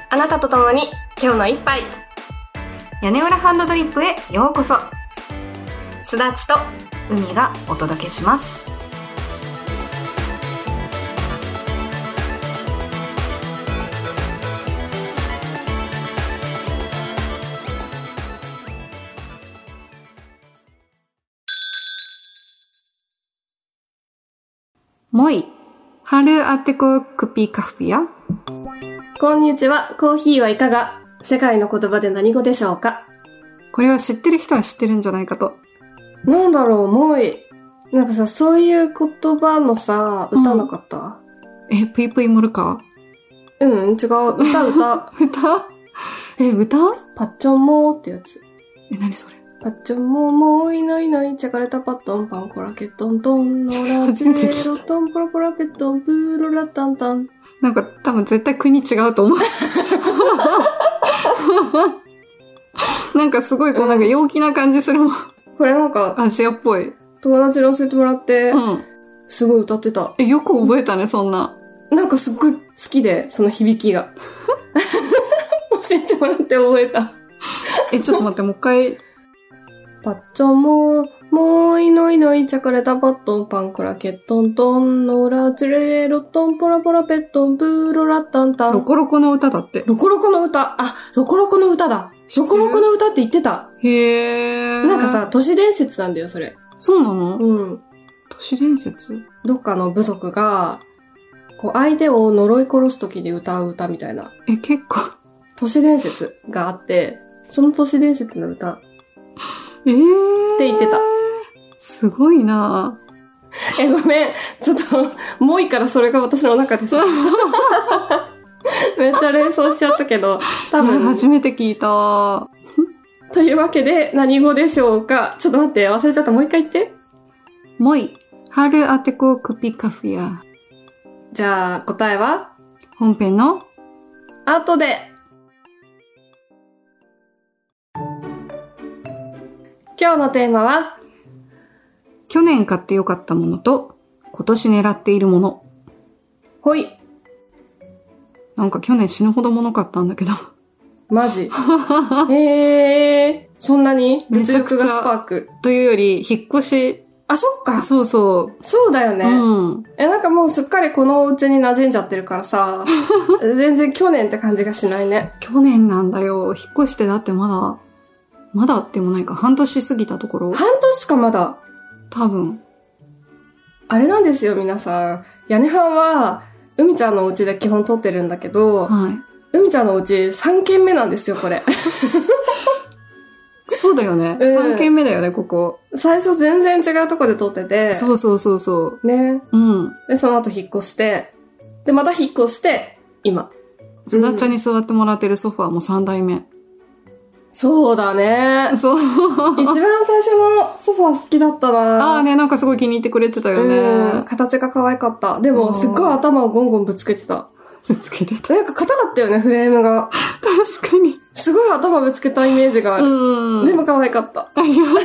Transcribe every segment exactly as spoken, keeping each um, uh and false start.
あなたと共に今日の一杯。 屋根裏ハンドドリップへようこそ。 すだちと海がお届けします。もい、春あてこクピカフピア。 こんにちは。コーヒーはいかが？世界の言葉で何語でしょうか？ これは知ってる人は知ってるんじゃないかと。 なんだろう、もい。なんかさ、そういう言葉のさ、歌なかった？ うん、え、ぷいぷいモルカー？うん、違う。歌、歌。 歌？え、歌？ パッチョンモーってやつ。 え、何それ？ パッチョンモーモーいないいない、チャカレタパットンパンコラケットントン、ノラチェロトンポロポラペットン、プーロラタンタン。 なんか多分絶対国違うと思う。なんかすごいこうなんか陽気な感じするもん。 これなんか、 アジアっぽい。 友達に教えてもらって、うん、すごい歌ってた。 え、よく覚えたね、そんな。 なんかすっごい好きで、その響きが。教えてもらって覚えた。 え、ちょっと待って、もう一回。 パッチョンもー、もーいのいのい、チャカレタパットン、パンクラケットントン、ノーラーチレーロットン、ポラポラペットン、プーロラッタンタン。 ロコロコの歌だって。 ロコロコの歌。あ、ロコロコの歌だ。ロコロコの歌って言ってた。 へー。 なんかさ、都市伝説なんだよ、それ。 そうなの？ うん。 都市伝説？ どっかの部族が、こう、相手を呪い殺す時に歌う歌みたいな。 え、結構。 都市伝説があって、その都市伝説の歌。 えー。 って言ってた。 すごいなぁ。 え、ごめん。ちょっと、もういいからそれが私の中でさ。めっちゃ連想しちゃったけど、多分。 初めて聞いた。 というわけで、何語でしょうか？ちょっと待って、忘れちゃった。もう一回言って。 もい、春あてこクピカフィア。 じゃあ、答えは？ 本編の後で。今日のテーマは、 去年買ってよかったものと今年狙っているもの。 ほい。 なんか去年死ぬほど物買ったんだけど。 マジ？へー。そんなに物欲がスパーク。 というより、引っ越し。 あ、そっか。 そうそう。 そうだよね。 うん。 え、なんかもうすっかりこのお家に馴染んじゃってるからさ、全然去年って感じがしないね。 去年なんだよ。引っ越してだってまだ、まだってもないか。半年過ぎたところ。 半年かまだ。 多分。 あれなんですよ、皆さん。屋根班は、海ちゃんのお家で基本撮ってるんだけど、 はい。 海ちゃんのお家さんけんめなんですよ、これ。 そうだよね。うん、さんけんめだよね、ここ。 最初全然違うとこで撮ってて。 そうそうそうそう。 ね。 うん。 で、その後引っ越して、で、また引っ越して、今。 すだっちゃんに座ってもらってるソファーもさんだいめ。 そうだね。 そう。 一番最初のソファー好きだったな。 ああね、なんかすごい気に入ってくれてたよね。 うん。形が可愛かった。でも、すっごい頭をゴンゴンぶつけてた。 ぶつけてた。 なんか硬かったよね、フレームが。 確かに。 すごい頭ぶつけたイメージがある。うん。でも可愛かった。 ありがとう。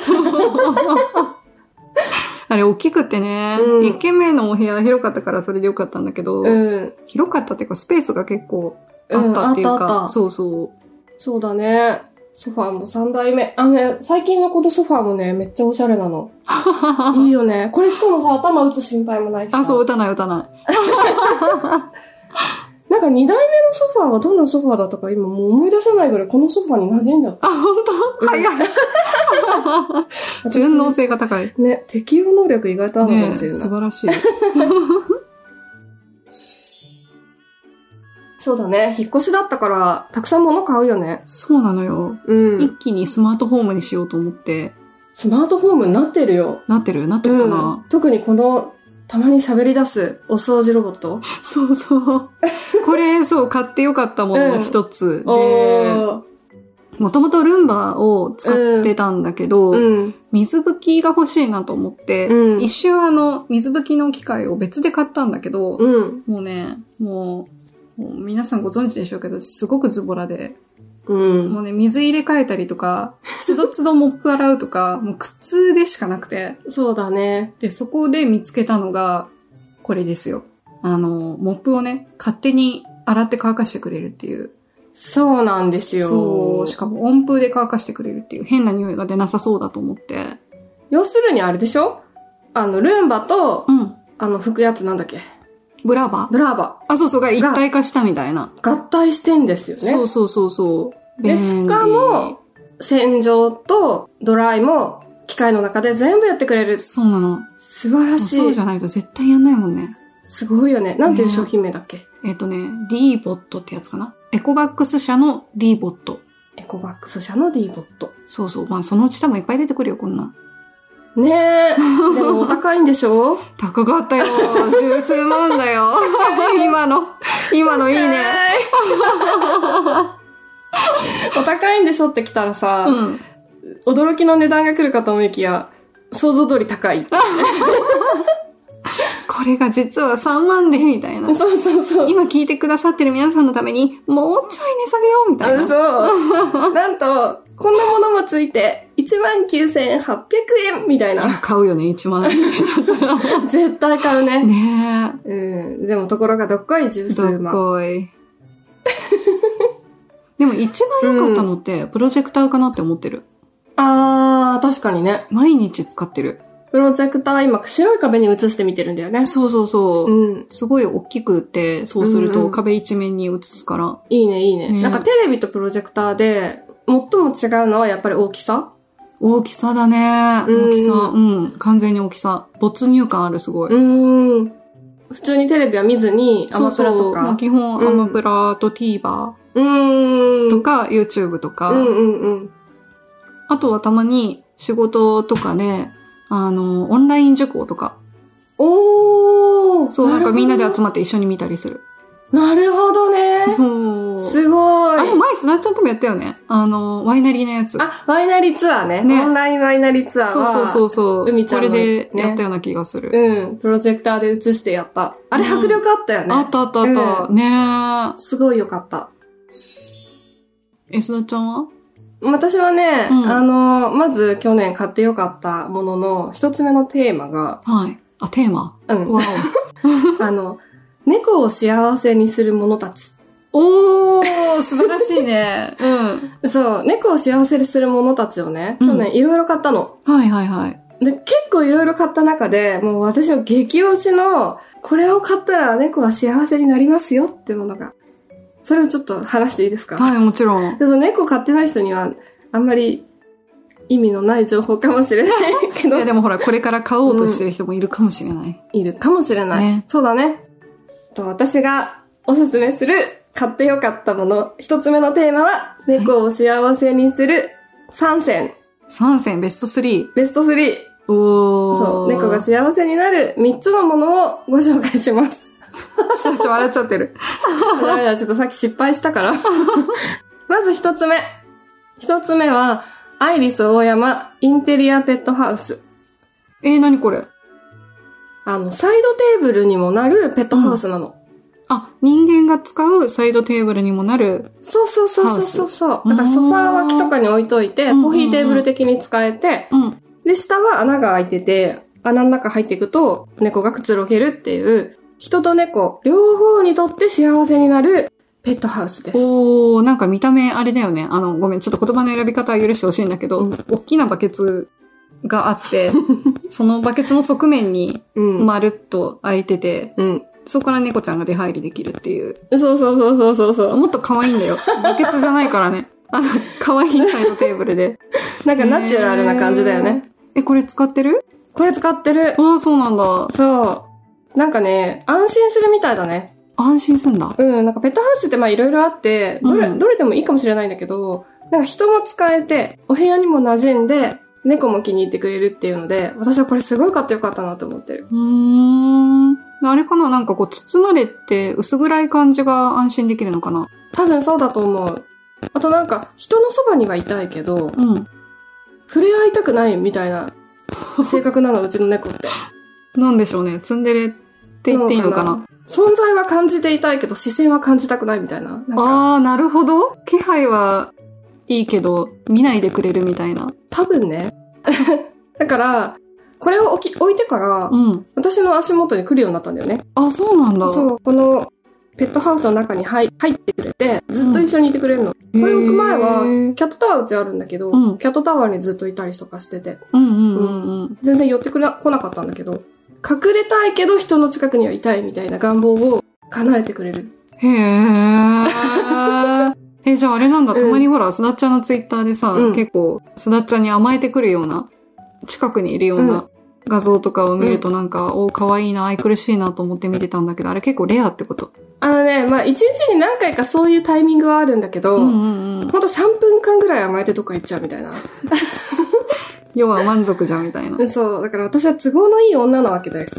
あれ、大きくてね。うん。一軒目のお部屋広かったからそれでよかったんだけど。うん。広かったっていうか、スペースが結構あったっていうか。うん、あったあった。そうそう。 そうだね。ソファーもさんだいめ。あのね、最近のこのソファーもね、めっちゃおしゃれなの。いいよね。これしかもさ、頭打つ心配もないしさ。 あ、そう、打たない打たない。 なんかにだいめのソファーがどんなソファーだったか今もう思い出せないぐらいこのソファーに馴染んじゃった。 あ、ほんと？早い。順応性が高い。 ね、適応能力意外とあるのかもしれない。 ね、素晴らしい。 そうだね。引っ越しだったから、たくさん物買うよね。 そうなのよ。うん。一気にスマートホームにしようと思って。 スマートホームになってるよ。 なってるなってるかな、 うん、特にこの、たまに喋り出すお掃除ロボット。 そうそう。これ、そう、買ってよかったものの一つ、うん、で、もともとルンバを使ってたんだけど、うん、水拭きが欲しいなと思って、うん、一瞬あの、水拭きの機械を別で買ったんだけど、うん、もうね、もう、もう皆さんご存知でしょうけど、すごくズボラで、うん、もうね、水入れ替えたりとか、つどつどモップ洗うとか、もう苦痛でしかなくて。 そうだね。 で、そこで見つけたのが、これですよ。あの、モップをね、勝手に洗って乾かしてくれるっていう。 そうなんですよ。 そう。しかも温風で乾かしてくれるっていう変な匂いが出なさそうだと思って。 要するにあれでしょ？あの、ルンバと、うん、あの、拭くやつなんだっけ？ ブラーバブラーバあ、そうそう、が一体化したみたいな。 合体してんですよね。 そうそうそうそう。 で、しかも、洗浄とドライも機械の中で全部やってくれる。 そうなの。 素晴らしい。 そうじゃないと絶対やんないもんね。 すごいよね。なんていう商品名だっけ？ えっとね、D ボットってやつかな。エコバックス社の D ボット。 エコバックス社の D ボット。 そうそう。まあそのうち多分いっぱい出てくるよ、こんな。 ねえ。でもお高いんでしょ？ 高かったよ。十数万だよ。今の、今のいいね。 お高いんでしょって来たらさ、うん、驚きの値段が来るかと思いきや、想像通り高い。 これが実はさんまんで、みたいな。 そうそうそう。 今聞いてくださってる皆さんのために、もうちょい値下げよう、みたいな。 そう。なんと、こんなものもついて、いちまんきゅうせんはっぴゃくえんみたいな。 いや、買うよね、いちまんえんみたいだったら。 絶対買うね。 ねえ。 うん。でも、ところがどっこい十数万。 どっこい。でも、一番良かったのって、プロジェクターかなって思ってる。 あー、確かにね。 毎日使ってる。 プロジェクター今白い壁に映してみてるんだよね。 そうそうそう。うん、すごい大きくて、そうすると壁一面に映すから。うんうん、 いいね、いいね、ね。なんかテレビとプロジェクターで、最も違うのはやっぱり大きさ？ 大きさだね。大きさ。うん。完全に大きさ。没入感ある、すごい。 うん。普通にテレビは見ずに、アマプラとか。 そうそう基本、アマプラと TVer。 うん。 とか、YouTube とか。 うんうんうん。 あとはたまに仕事とかで、あの、オンライン受講とか。 おー。 そう、なんかみんなで集まって一緒に見たりする。 なるほどね。 そう。 すごい。 あ、前スナッチャーともやったよね。あの、ワイナリーのやつ。 あ、ワイナリーツアーね。ね。オンラインワイナリーツアーは。 そうそうそうそう。 海ちゃんこれでやったような気がする。 うん。プロジェクターで映してやった。あれ迫力あったよね。 あったあったあった。ねえ。 すごいよかった。 え、スナッちゃんは？ 私はね、うん、あの、まず去年買ってよかったものの一つ目のテーマが、 はい。あ、テーマ？ うん。わお。あの、猫を幸せにする者たち。 おー、素晴らしいね。 うん。そう、猫を幸せにする者たちをね、去年いろいろ買ったの。 うん、はいはいはい。 で、結構いろいろ買った中で、もう私の激推しの、これを買ったら猫は幸せになりますよってものが。それをちょっと話していいですか？ はい、もちろん。 でその猫飼ってない人には、あんまり意味のない情報かもしれないけど。 いや、でもほら、これから買おうとしてる人もいるかもしれない。 うん、いるかもしれない。 ね、 そうだね。と、私がおすすめする買ってよかったもの、一つ目のテーマは、猫を幸せにするさんせん。 さんせん、ベストスリー。 ベストスリー。 おー。 そう、猫が幸せになるみっつのものをご紹介します。 ちょっと笑っちゃってる。 ダメだ、ちょっとさっき失敗したから。まず一つ目。一つ目は、アイリス大山インテリアペットハウス。 えー、何これ？ あの、サイドテーブルにもなるペットハウスなの。うん、 あ、人間が使うサイドテーブルにもなる。 そうそうそうそうそう。だからソファー脇とかに置いといて、コーヒーテーブル的に使えて、うん、で、下は穴が開いてて、穴の中入っていくと、猫がくつろげるっていう、人と猫、両方にとって幸せになるペットハウスです。 おー、なんか見た目あれだよね。あの、ごめん、ちょっと言葉の選び方は許してほしいんだけど、うん、大きなバケツがあって、そのバケツの側面に、まるっと開いてて、うん、そこから猫ちゃんが出入りできるっていう。 そうそうそうそうそうそう。 もっと可愛いんだよ。バケツじゃないからね。あの、可愛いサイドテーブルで。 なんかナチュラルな感じだよね。 えー、え、これ使ってる？ これ使ってる。 ああ、そうなんだ。 そう。なんかね、安心するみたいだね。 安心すんだ。 うん、なんかペットハウスってまあいろいろあって、どれ、うん、どれでもいいかもしれないんだけど、なんか人も使えて、お部屋にも馴染んで、猫も気に入ってくれるっていうので、私はこれすごい買ってよかったなと思ってる。 うーん。あれかな、なんかこう包まれて薄暗い感じが安心できるのかな。 多分そうだと思う。あとなんか、人のそばにはいたいけど、うん。触れ合いたくないみたいな性格なの、うちの猫って。 なんでしょうね。ツンデレって言っていいのかな。 存在は感じていたいけど、視線は感じたくないみたいな。なんかあー、なるほど。気配はいいけど、見ないでくれるみたいな。 多分ね。だから、これを置き、置いてから、うん、私の足元に来るようになったんだよね。 あ、そうなんだ。 そう、このペットハウスの中に入ってくれて、ずっと一緒にいてくれるの。うん、これ置く前は、キャットタワーうちあるんだけど、うん、キャットタワーにずっといたりとかしてて、 うんうんうんうん、 全然寄ってくれ来なかったんだけど、隠れたいけど人の近くにはいたいみたいな願望を叶えてくれる。 へー。え、じゃああれなんだ、たまにほら、すだっちゃんのツイッターでさ、うん、結構、すだっちゃんに甘えてくるような、近くにいるような画像とかを見るとなんか、うん、おー、かわいいな、愛くるしいなと思って見てたんだけど、あれ結構レアってこと？ あのね、まあ、一日に何回かそういうタイミングはあるんだけど、うんうんうん、ほんとさんぷんかんぐらい甘えてどっか行っちゃうみたいな。 要は満足じゃんみたいな。 そう、だから私は都合のいい女なわけです。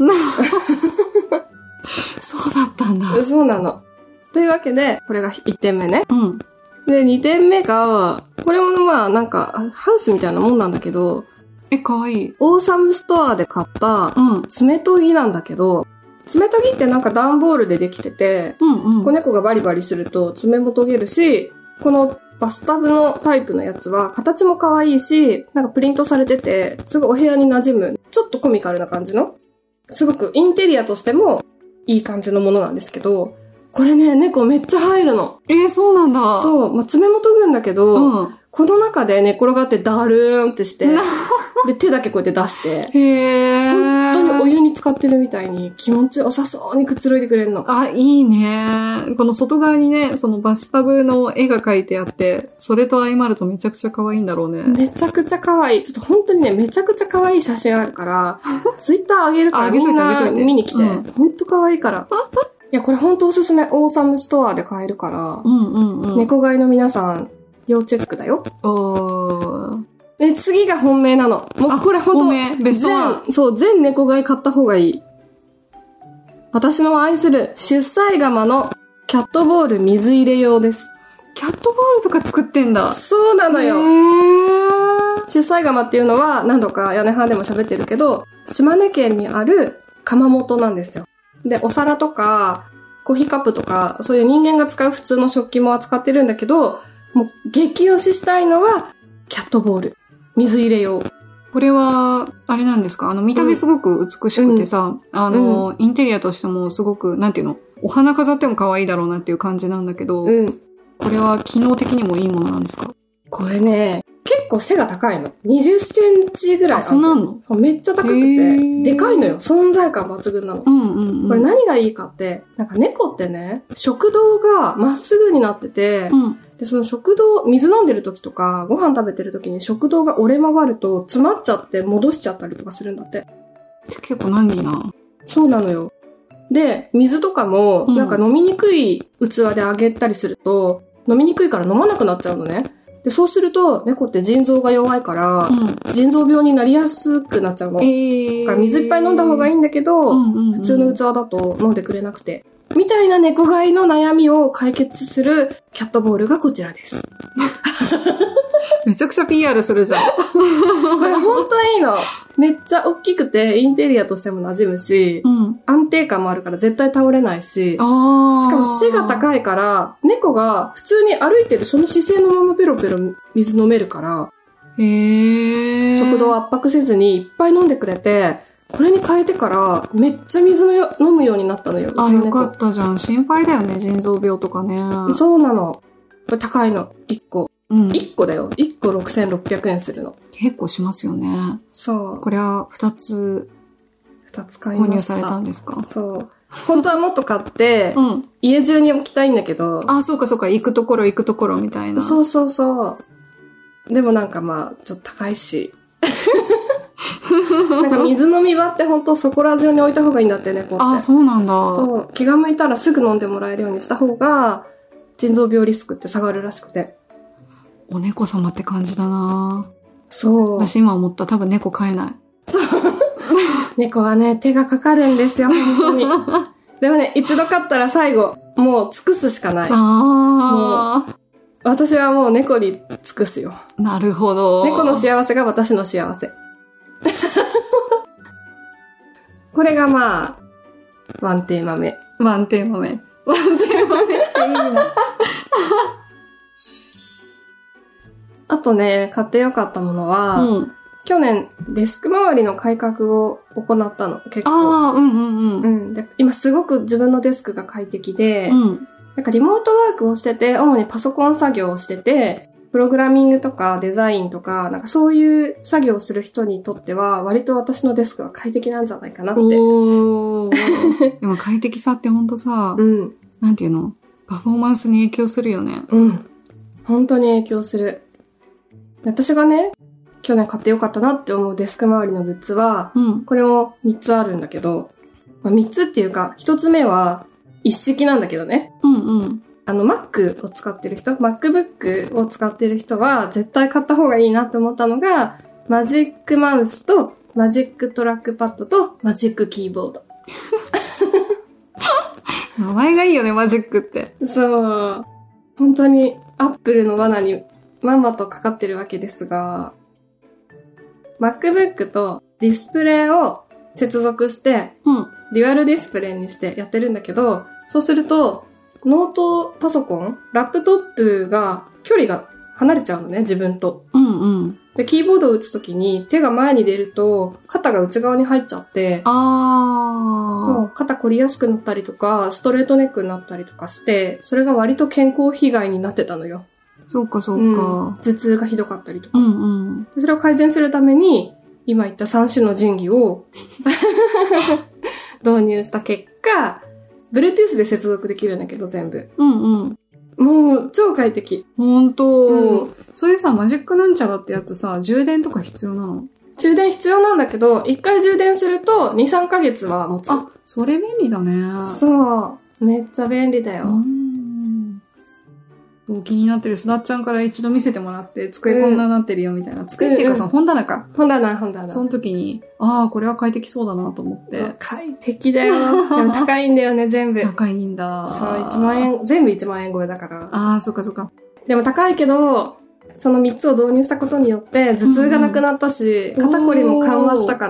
そうだったんだ。 そうなの。というわけで、これがいってんめね。 うん。 で、にてんめが、これもまあなんか、ハウスみたいなもんなんだけど、 え、かわいい。 オーサムストアで買った、爪研ぎなんだけど、爪研ぎってなんか段ボールでできてて、うんうん、子猫がバリバリすると爪も研げるし、このバスタブのタイプのやつは形も可愛いし、なんかプリントされてて、すごいお部屋に馴染む、ちょっとコミカルな感じの、すごくインテリアとしてもいい感じのものなんですけど、これね、猫めっちゃ入るの。 えー、そうなんだ。 そう。まあ、爪も研ぐんだけど、うん、この中で寝転がってダルーンってして、で、手だけこうやって出して、 へー。 本当にお湯に浸かってるみたいに気持ちよさそうにくつろいでくれるの。 あ、いいね。この外側にね、そのバスタブの絵が描いてあって、それと相まるとめちゃくちゃ可愛いんだろうね。 めちゃくちゃ可愛い。ちょっと本当にね、めちゃくちゃ可愛い写真あるから、ツイッターあげるからみんな見に来て、うん、本当可愛いから。いや、これほんとおすすめ。オーサムストアで買えるから、 うんうんうん、 猫飼いの皆さん、要チェックだよ。 おー。 で、次が本命なの。もうこれほんと、 ベストワン。 そう、全猫飼い買った方がいい。私の愛する出産釜のキャットボール水入れ用です。 キャットボールとか作ってんだ。 そうなのよ。 へー。 出産釜っていうのは何度か屋根班でも喋ってるけど、島根県にある窯元なんですよ。で、お皿とか、コーヒーカップとか、そういう人間が使う普通の食器も扱ってるんだけど、もう激推ししたいのは、キャットボール。水入れ用。 これは、あれなんですか？あの、見た目すごく美しくてさ、うん、あの、うん、インテリアとしてもすごく、なんていうの？お花飾っても可愛いだろうなっていう感じなんだけど、うん、これは機能的にもいいものなんですか？ これね、結構背が高いの。にじゅっセンチぐらいある。 あ、そうなの？ めっちゃ高くて、でかいのよ。存在感抜群なの。 うんうんうん、 これ何がいいかって、なんか猫ってね、食道がまっすぐになってて、うん、で、その食道、水飲んでる時とか、ご飯食べてる時に食道が折れ曲がると、詰まっちゃって戻しちゃったりとかするんだって。 結構難儀な。 そうなのよ。で、水とかも、なんか飲みにくい器であげたりすると、うん、飲みにくいから飲まなくなっちゃうのね。で、そうすると、猫って腎臓が弱いから、うん、腎臓病になりやすくなっちゃうの。えー、だから水いっぱい飲んだ方がいいんだけど、うんうんうん、普通の器だと飲んでくれなくて。みたいな猫飼いの悩みを解決するキャットボールがこちらです。 めちゃくちゃ ピーアール するじゃん。 これほんといいの。めっちゃ大きくてインテリアとしても馴染むし、うん、安定感もあるから絶対倒れないし、 あしかも背が高いから、猫が普通に歩いてるその姿勢のままペロペロ水飲めるから、 へー。 食道を圧迫せずにいっぱい飲んでくれて、これに変えてからめっちゃ水のよ飲むようになったのよ。 あ、よかったじゃん。心配だよね、腎臓病とかね。 そうなの。これ高いの。いっこ。 うん、 いっこだよ。いっころくせんろっぴゃくえんするの。 結構しますよね。 そう。 これはふたつ、 ふたつ買いました。 購入されたんですか？ そう。本当はもっと買って、うん、家中に置きたいんだけど。 あ、そうかそうか。行くところ行くところみたいな。 そうそうそう。でもなんかまあ、ちょっと高いし。なんか水飲み場って本当そこら中に置いた方がいいんだってね、こうって。 あ、そうなんだ。 そう。気が向いたらすぐ飲んでもらえるようにした方が、腎臓病リスクって下がるらしくて。 お猫様って感じだな。 そう。 私今思った。多分猫飼えない。 そう。猫はね、手がかかるんですよ、本当に。でもね、一度飼ったら最後、もう尽くすしかない。 ああ。 私はもう猫に尽くすよ。 なるほど。 猫の幸せが私の幸せ。これがまあ、ワンテーマ目。 ワンテーマ目。ワンテーマ目っていいな。 あとね、買ってよかったものは、うん、 去年デスク周りの改革を行ったの、結構。 ああ、うんうんうん。 うん。で今すごく自分のデスクが快適で、 うん、 なんかリモートワークをしてて、主にパソコン作業をしてて、プログラミングとかデザインとか、なんかそういう作業をする人にとっては、割と私のデスクは快適なんじゃないかなって。 おー。でも快適さってほんとさ、 うん。 なんていうの？パフォーマンスに影響するよね。 うん。本当に影響する。私がね、去年買ってよかったなって思うデスク周りのグッズは、 うん、 これもみっつあるんだけど、まあ、みっつっていうか、ひとつめは一式なんだけどね。 うんうん。 あの Mac を使ってる人、MacBook を使ってる人は絶対買った方がいいなって思ったのが、マジックマウスとマジックトラックパッドとマジックキーボード。 名前がいいよね、マジックって。 そう。本当に Apple の罠にまんまとかかってるわけですが、MacBook とディスプレイを接続して、 うん、 デュアルディスプレイにしてやってるんだけど、そうすると、ノートパソコン、ラップトップが距離が離れちゃうのね、自分と。 うんうん。 で、キーボードを打つときに手が前に出ると、肩が内側に入っちゃって、 あー。 そう、肩凝りやすくなったりとか、ストレートネックになったりとかして、それが割と健康被害になってたのよ。 そうかそうか、 うん。頭痛がひどかったりとか。 うんうん。 それを改善するために、今言ったさん種の神器を導入した結果、Bluetooth で接続できるんだけど、全部。 うんうん。 もう、超快適。 ほんと、 うん、 そういうさ、マジックなんちゃらってやつさ、充電とか必要なの？ 充電必要なんだけど、一回充電するとに、さんかげつは持つ。 あ、それ便利だね。 そう。めっちゃ便利だよ。 うんそう気になってるすだっちゃんから一度見せてもらって、机こんななってるよみたいな。うん、机っていうかさ、うんうん、本棚か。 本棚、本棚。 その時に、ああ、これは快適そうだなと思って。 快適だよ。でも高いんだよね、全部。 高いんだ。 そう、いちまんえん、全部いちまんえん超えだから。 ああ、そっかそっか。 でも高いけど、そのみっつを導入したことによって、頭痛がなくなったし、うんうん、肩こりも緩和したから、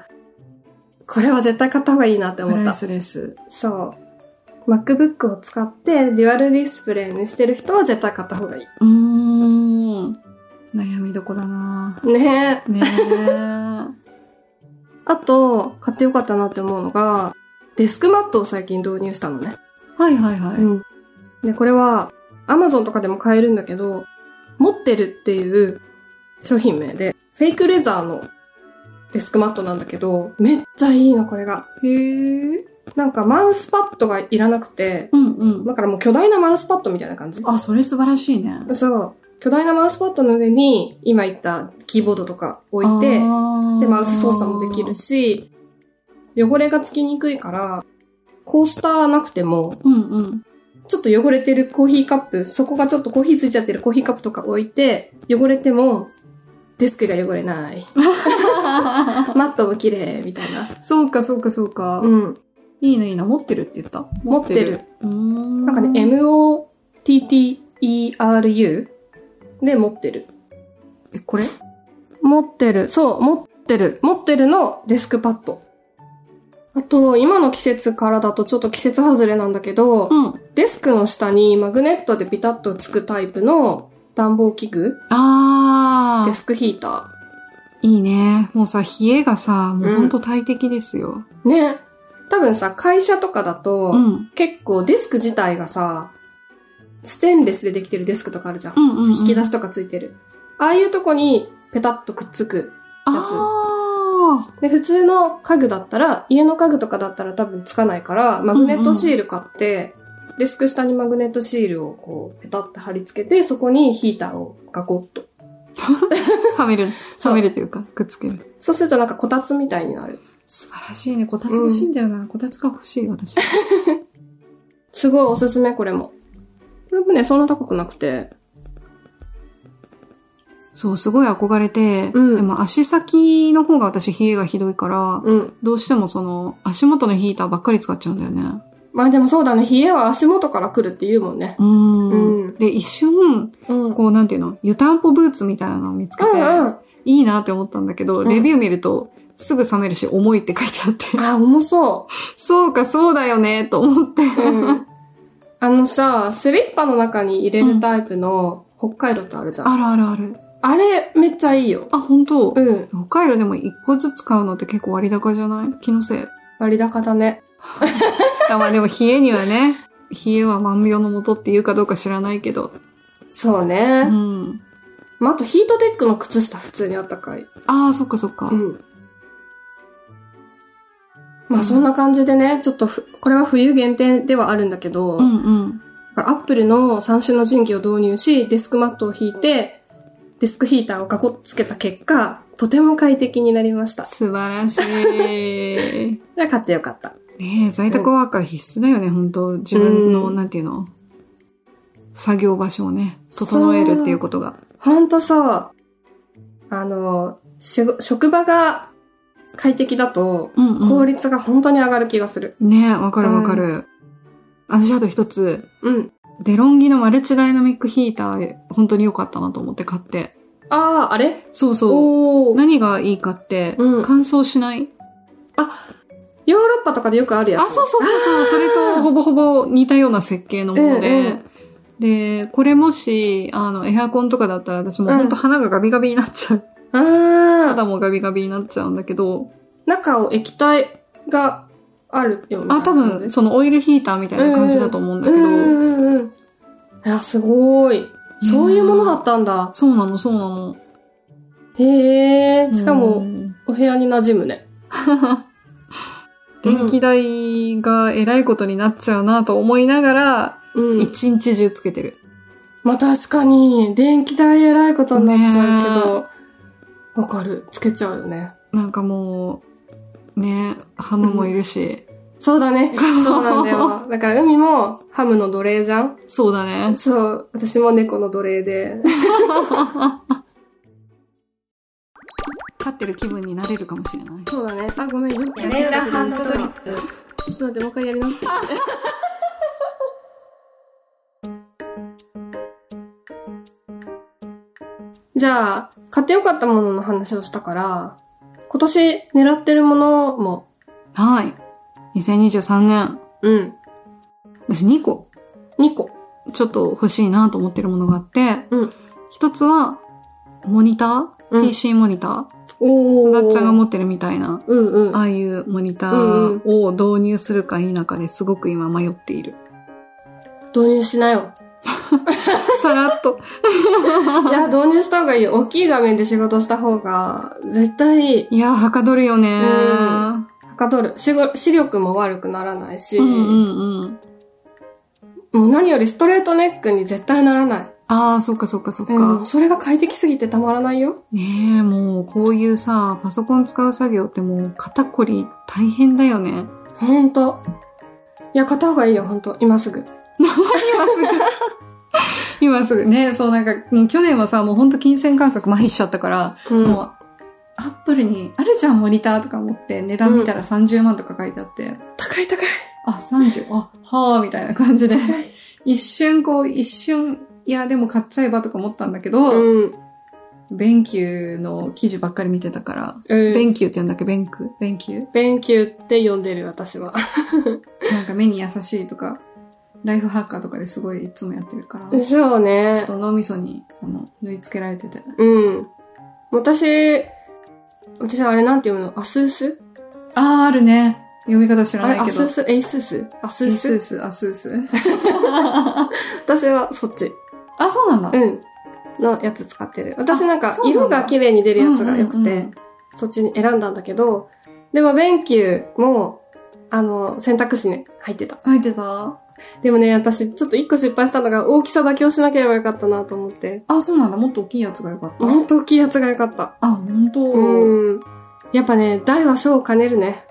これは絶対買った方がいいなって思った。プライスレス。 そう。MacBook を使ってデュアルディスプレイにしてる人は絶対買った方がいい。 うーん。悩みどこだなねえ。 ねえ。 あと、買ってよかったなって思うのが、デスクマットを最近導入したのね。 はいはいはい。うん、 で、これは Amazon とかでも買えるんだけど、持ってるっていう商品名で、フェイクレザーのデスクマットなんだけど、めっちゃいいの、これが。 へー。 なんかマウスパッドがいらなくて、 うんうん。 だからもう巨大なマウスパッドみたいな感じ。 あ、それ素晴らしいね。 そう。巨大なマウスパッドの上に、今言ったキーボードとか置いて、で、マウス操作もできるし、汚れがつきにくいから、コースターなくても、 うんうん。 ちょっと汚れてるコーヒーカップ、そこがちょっとコーヒーついちゃってるコーヒーカップとか置いて、汚れても、デスクが汚れない。マットも綺麗、みたいな。 そうかそうかそうか。 うん。 いいな、いいな。持ってるって言った？ 持ってる。 うーんなんかね、エムオーティーティーイーアールユー で持ってる。 え、これ？ 持ってる。そう、持ってる。持ってるのデスクパッド。あと、今の季節からだとちょっと季節外れなんだけど、 うん、 デスクの下にマグネットでピタッとつくタイプの暖房器具？ あー。 デスクヒーター。 いいね。もうさ、冷えがさ、もうほんと大敵ですよ。 うん、ね。多分さ、会社とかだと、うん、結構デスク自体がさ、ステンレスでできてるデスクとかあるじゃん。うんうんうん、引き出しとかついてる。ああいうとこにペタッとくっつくやつ。 あで、普通の家具だったら、家の家具とかだったら多分つかないから、マグネットシール買って、うんうん、デスク下にマグネットシールをこう、ペタッと貼り付けて、そこにヒーターをガコッと。 はめる。はめるというか、くっつける。 そうするとなんかこたつみたいになる。 素晴らしいね。こたつ欲しいんだよな。うん、こたつが欲しい、私。 すごいおすすめ、これも。これもね、そんな高くなくて。 そう、すごい憧れて、うん、でも足先の方が私冷えがひどいから、うん、どうしてもその足元のヒーターばっかり使っちゃうんだよね。 まあでもそうだね。冷えは足元から来るって言うもんね。 うん。うん、で、一瞬、うん、こうなんていうの、湯たんぽブーツみたいなのを見つけて、うんうん、いいなって思ったんだけど、うん、レビュー見ると、すぐ冷めるし、重いって書いてあって。 あ、重そう。 そうか、そうだよね、と思って。うん、 あのさ、スリッパの中に入れるタイプの北海道ってあるじゃん。 あるあるある。 あれ、めっちゃいいよ。 あ、本当？ うん。 北海道でも一個ずつ買うのって結構割高じゃない？気のせい。 割高だね。 まあでも冷えにはね、冷えは万病のもとって言うかどうか知らないけど。 そうね。 うん。 まあ、あとヒートテックの靴下普通にあったかい。 ああ、そっかそっか。 うん。まあそんな感じでね、ちょっとふ、これは冬限定ではあるんだけど、 うんうん。 アップルのさん種の神器を導入し、デスクマットを引いて、デスクヒーターをガコッつけた結果、とても快適になりました。 素晴らしい。 これは買ってよかった。 ねえ、在宅ワーカー必須だよね、うん、本当自分の、うん、なんていうの作業場所をね、整えるっていうことが。 ほんとそう。あの、し職場が快適だと、効率が本当に上がる気がする。 うんうん、ねえ、わかるわかる。うん、私あと一つ。 うん。 デロンギのマルチダイナミックヒーター、本当に良かったなと思って買って。 ああ、あれ？ そうそう。何がいいかって、うん、乾燥しない。 あ、ヨーロッパとかでよくあるやつ。 あ、そうそうそうそう。それとほぼほぼ似たような設計のもので。うんうん、で、これもし、あの、エアコンとかだったら私もうほんと鼻がガビガビになっちゃう。うん、肌もガビガビになっちゃうんだけど。 中を液体があるような。 あ、多分、そのオイルヒーターみたいな感じだと思うんだけど。うんうんうん。 いや、すごい。そういうものだったんだ。 そうなの、そうなの。 へえ、しかも、お部屋に馴染むね。 電気代がえらいことになっちゃうなと思いながら、うん、一日中つけてる。 まあ確かに、電気代えらいことになっちゃうけど、わかる。つけちゃうよね。 なんかもう、ね、ハムもいるし。 うん、そうだね。そうなんだよ。だから海もハムの奴隷じゃん？ そうだね。 そう。私も猫の奴隷で。 飼ってる気分になれるかもしれない。 そうだね。あ、ごめん。 屋根裏ハンドドリップ。 ちょっと待って、もう一回やり直して。じゃあ、買ってよかったものの話をしたから、今年狙ってるものも。 はい。にせんにじゅうさんねん。 うん。 私にこ。 にこ。 ちょっと欲しいなと思ってるものがあって、 うん。 一つは、モニター、うん、ピーシー モニター。 おー。 すがっちゃんが持ってるみたいな。 うんうん。 ああいうモニターを導入するか否かですごく今迷っている。 導入しなよ。 さらっと。 いや、導入した方がいいよ。大きい画面で仕事した方が、絶対いい。 いや、はかどるよね。うん。 はかどる。視力も悪くならないし。うんうんうん。もう何よりストレートネックに絶対ならない。 ああ、そっかそっかそっか。 うん、それが快適すぎてたまらないよ。 ねえ、もうこういうさ、パソコン使う作業ってもう肩こり大変だよね。 ほんと。いや、買った方がいいよ、ほんと。今すぐ。 今すぐ。今すぐ。ね、そうなんか、もう去年はさ、もうほんと金銭感覚麻痺しちゃったから、うん、もう、アップルにあるじゃん、モニターとか思って、値段見たらさんじゅうまんとか書いてあって。うん、 高い高い。 あ、さんじゅう、あ、はぁ、みたいな感じで。一瞬こう、一瞬、いや、でも買っちゃえばとか思ったんだけど、うん、ベンキューの記事ばっかり見てたから、うん、ベンキューって言うんだっけ、ベンクベンキューベンキューって呼んでる、私は。 なんか目に優しいとか、ライフハッカーとかですごいいつもやってるから。 そうね。 ちょっと脳みそに、あの、縫い付けられてて。 うん。私、私はあれなんて読むの？アスース？ あー、あるね。読み方知らないけど。 アスース？エイスース？アスース？ エイスース、アスース。 私はそっち。 あ、そうなんだ。 うん。のやつ使ってる。私なんか、色が綺麗に出るやつが良くて、うんうんうん、そっちに選んだんだけど、でも、ベンキューも、あの、選択肢に入ってた。 入ってた？ でもね、私、ちょっと一個失敗したのが、大きさ妥協しなければよかったなと思って。 あ、そうなんだ。もっと大きいやつがよかった。 もっと大きいやつがよかった。 あ、ほんと？ うん。やっぱね、大は小を兼ねるね。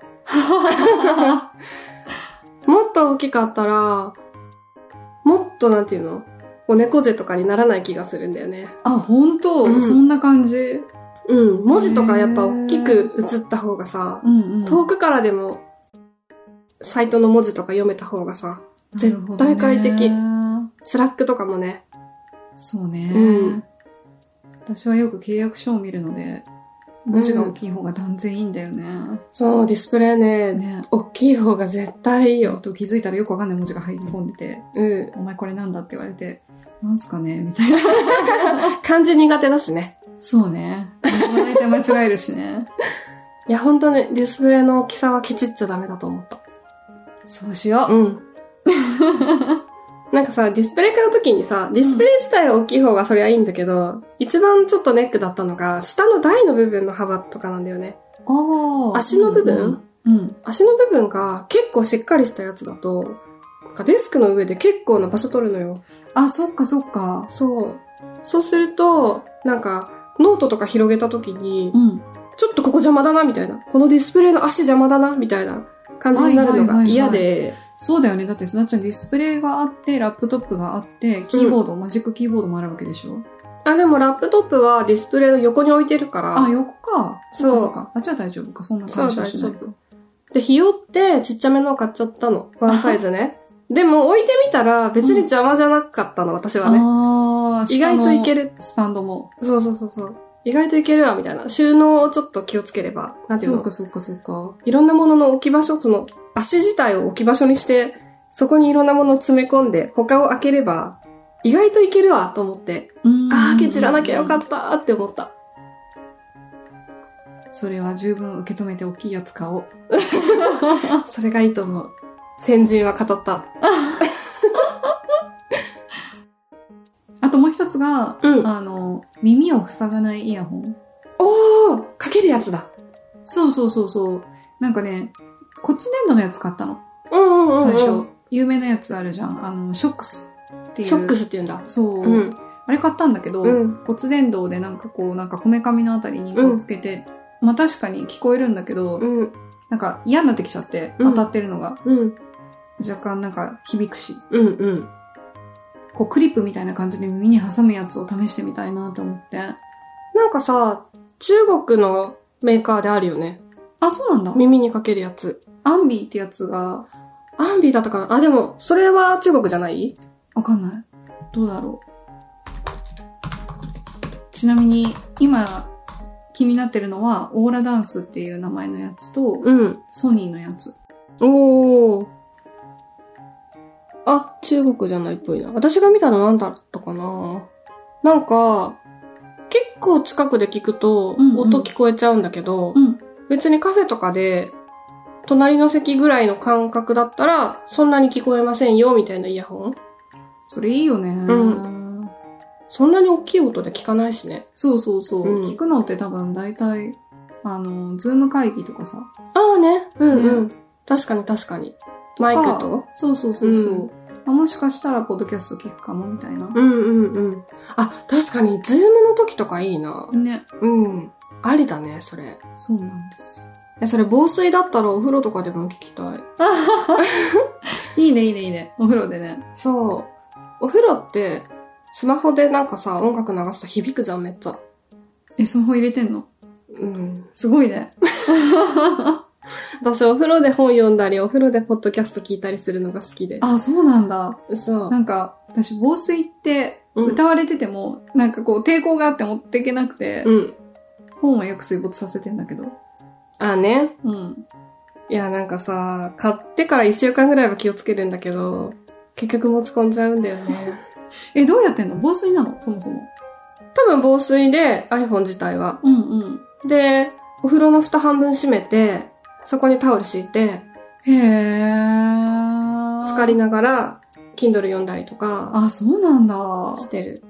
もっと大きかったら、もっとなんていうの？こう猫背とかにならない気がするんだよね。 あ、ほんと？うん、そんな感じ？ うん。文字とかやっぱ大きく映った方がさ、うんうん、遠くからでも、サイトの文字とか読めた方がさ、絶対快適。スラックとかもね。 そうね、うん。私はよく契約書を見るので、 文字が大きい方が断然いいんだよね。 うん、そう、ディスプレイね、ね、大きい方が絶対いいよ。 と気づいたらよくわかんない文字が入り込んでて、 うん、 お前これなんだって言われて、なんすかねみたいな。 漢字苦手だしね。 そうね。大体間違えるしね。 いや、ほんとね、ディスプレイの大きさはケチっちゃダメだと思った。 そうしよう。うん。なんかさ、ディスプレイ化の時にさ、ディスプレイ自体は大きい方がそりゃいいんだけど、うん、一番ちょっとネックだったのが、下の台の部分の幅とかなんだよね。 ああ。 足の部分、 うん、うん。 足の部分が結構しっかりしたやつだと、なんかデスクの上で結構な場所取るのよ。 あ、そっかそっか。 そう。そうすると、なんか、ノートとか広げた時に、うん、ちょっとここ邪魔だな、みたいな。このディスプレイの足邪魔だな、みたいな感じになるのが嫌で、はいはいはいはい。 そうだよね。だってすなっちゃんディスプレイがあって、ラップトップがあって、キーボード、うん、マジックキーボードもあるわけでしょ？ あ、でもラップトップはディスプレイの横に置いてるから。 あ、横か。そうそうか。あ、じゃあ大丈夫か。そんな感じはしない。そう、大丈夫。 で、ひよってちっちゃめの買っちゃったの。ワンサイズね。でも置いてみたら別に邪魔じゃなかったの、私はね。 あ意外といける。 スタンドも。 そうそうそうそう。意外といけるわ、みたいな。収納をちょっと気をつければ。なんていうの？ そうかそうかそうか。 いろんなものの置き場所、その足自体を置き場所にして、そこにいろんなものを詰め込んで、他を開ければ、意外といけるわ、と思って。ああ、ケチらなきゃよかったって思った。 それは十分受け止めて大きいやつ買おう。 それがいいと思う。先人は語った。 あともう一つが、 うん、 あの、耳を塞がないイヤホン。 おー！かけるやつだ。 そうそうそうそう。なんかね、骨伝導のやつ買ったの。 うんうんうん、うん。 最初。有名なやつあるじゃん。あの、ショックスっていう。 ショックスって言うんだ。 そう。うん、あれ買ったんだけど、うん、骨伝導でなんかこう、なんかこめかみのあたりにこうつけて、うん、まあ確かに聞こえるんだけど、うん、なんか嫌になってきちゃって、当たってるのが。うん、若干なんか響くし。 うんうん。 こうクリップみたいな感じで耳に挟むやつを試してみたいなと思って。 なんかさ、中国のメーカーであるよね。 あ、そうなんだ。 耳にかけるやつ。 アンビーってやつが。 アンビーだったかなあ、でも、それは中国じゃない？ わかんない。どうだろう。ちなみに、今、気になってるのは、オーラダンスっていう名前のやつと、うん、ソニーのやつ。 おー。あ、中国じゃないっぽいな。私が見たのなんだったかな。なんか、結構近くで聞くと、音聞こえちゃうんだけど、うんうん、別にカフェとかで、隣の席ぐらいの感覚だったら、そんなに聞こえませんよ、みたいなイヤホン。 それいいよね。うん。 そんなに大きい音で聞かないしね。 そうそうそう。うん、聞くのって多分大体、あの、ズーム会議とかさ。 ああね。うんうん。ね、確かに確かに。マイクとそうそうそうそう。うんあ、もしかしたらポッドキャスト聞くかもみたいな。 うんうんうん。あ、確かにズームの時とかいいな。 ね。 うん。ありだね、それ。 そうなんですよ。 え、それ防水だったらお風呂とかでも聞きたい。いいねいいねいいね。お風呂でね。 そう。お風呂って、スマホでなんかさ、音楽流すと響くじゃん、めっちゃ。 え、スマホ入れてんの？ うん。 すごいね。 私お風呂で本読んだり、お風呂でポッドキャスト聞いたりするのが好きで。 あ、そうなんだ。 そう。 なんか、私防水って歌われてても、うん、なんかこう抵抗があって持っていけなくて、うん、本はよく水没させてんだけど。 あ、ね。 うん。 いや、なんかさ、買ってからいっしゅうかんぐらいは気をつけるんだけど、結局持ち込んじゃうんだよね。 え、どうやってんの？防水なの？そもそも。 多分防水で iPhone 自体は。 うんうん。 で、お風呂の蓋半分閉めて、そこにタオル敷いて、 へー。 浸かりながら、Kindle 読んだりとか。 あ、そうなんだ。 してる。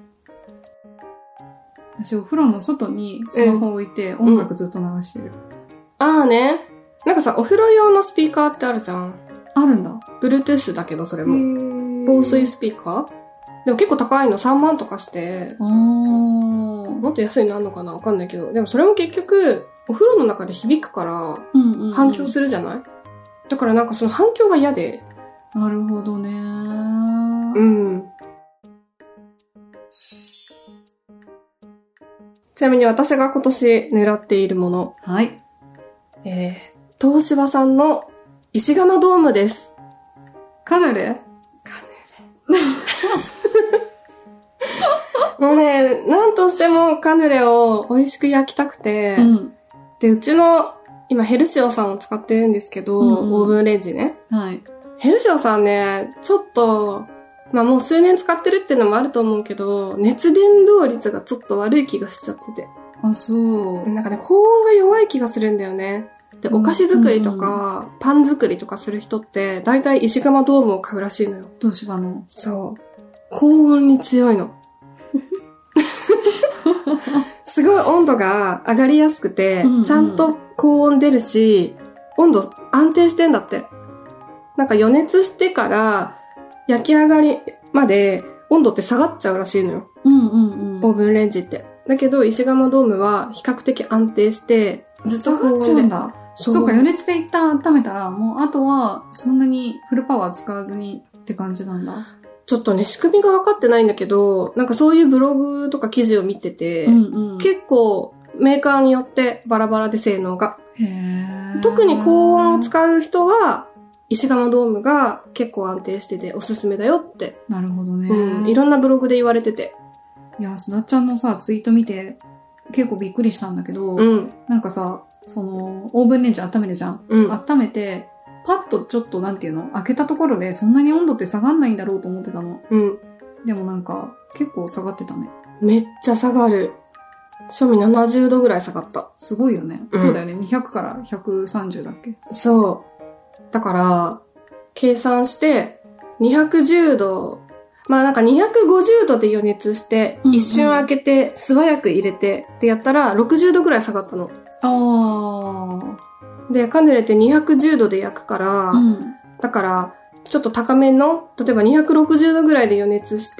私、お風呂の外にスマホを置いて、音楽ずっと流してる。うん、 ああね。なんかさ、お風呂用のスピーカーってあるじゃん。 あるんだ。 Bluetooth だけど、それも。防水スピーカーでも結構高いのさんまんとかして、もっと安いのあんのかなわかんないけど。でもそれも結局、お風呂の中で響くから、反響するじゃない、うんうんうん、だからなんかその反響が嫌で。 なるほどね。 うん。ちなみに私が今年狙っているもの。 はい。 えー、東芝さんの石窯ドームです。 カヌレ？ カヌレ。もうね、なんとしてもカヌレを美味しく焼きたくて、うん、 で、うちの、今ヘルシオさんを使ってるんですけど、うんうん、オーブンレンジね。 はい。 ヘルシオさんね、ちょっと、まあもう数年使ってるっていうのもあると思うけど、熱伝導率がちょっと悪い気がしちゃってて。 あ、そう。 なんかね、高温が弱い気がするんだよね。で、お菓子作りとか、うんうん、パン作りとかする人って、だいたい石窯ドームを買うらしいのよ。 東芝の。 そう。高温に強いの。すごい温度が上がりやすくて、うんうん、ちゃんと高温出るし、温度安定してんだって。なんか予熱してから焼き上がりまで温度って下がっちゃうらしいのよ。 うんうんうん。 オーブンレンジって。だけど石窯ドームは比較的安定して、 ずっと高温で。下がっちゃうんだ。そう。そうか、余熱で一旦温めたら、もうあとはそんなにフルパワー使わずにって感じなんだ。 ちょっとね、仕組みが分かってないんだけど、なんかそういうブログとか記事を見てて、うんうん、結構メーカーによってバラバラで性能が。 へー。 特に高温を使う人は、石窯ドームが結構安定してておすすめだよって。 なるほどね。 うん。いろんなブログで言われてて。 いや、すだちゃんのさ、ツイート見て結構びっくりしたんだけど、 うん、 なんかさ、その、オーブンレンジ温めるじゃん。 うん、 温めて、パッとちょっとなんていうの開けたところでそんなに温度って下がんないんだろうと思ってたの。 うん。 でもなんか、結構下がってたね。 めっちゃ下がる。正味ななじゅうどぐらい下がった。 すごいよね。うん、そうだよね。にひゃくからひゃくさんじゅうだっけ？ そう。だから、計算して、にひゃくじゅうど、まあなんかにひゃくごじゅうどで予熱して、うんうん、一瞬開けて素早く入れてってやったらろくじゅうどぐらい下がったの。 あー。 で、カヌレってにひゃくじゅうどで焼くから、 うん、 だから、ちょっと高めの、例えばにひゃくろくじゅうどぐらいで予熱して、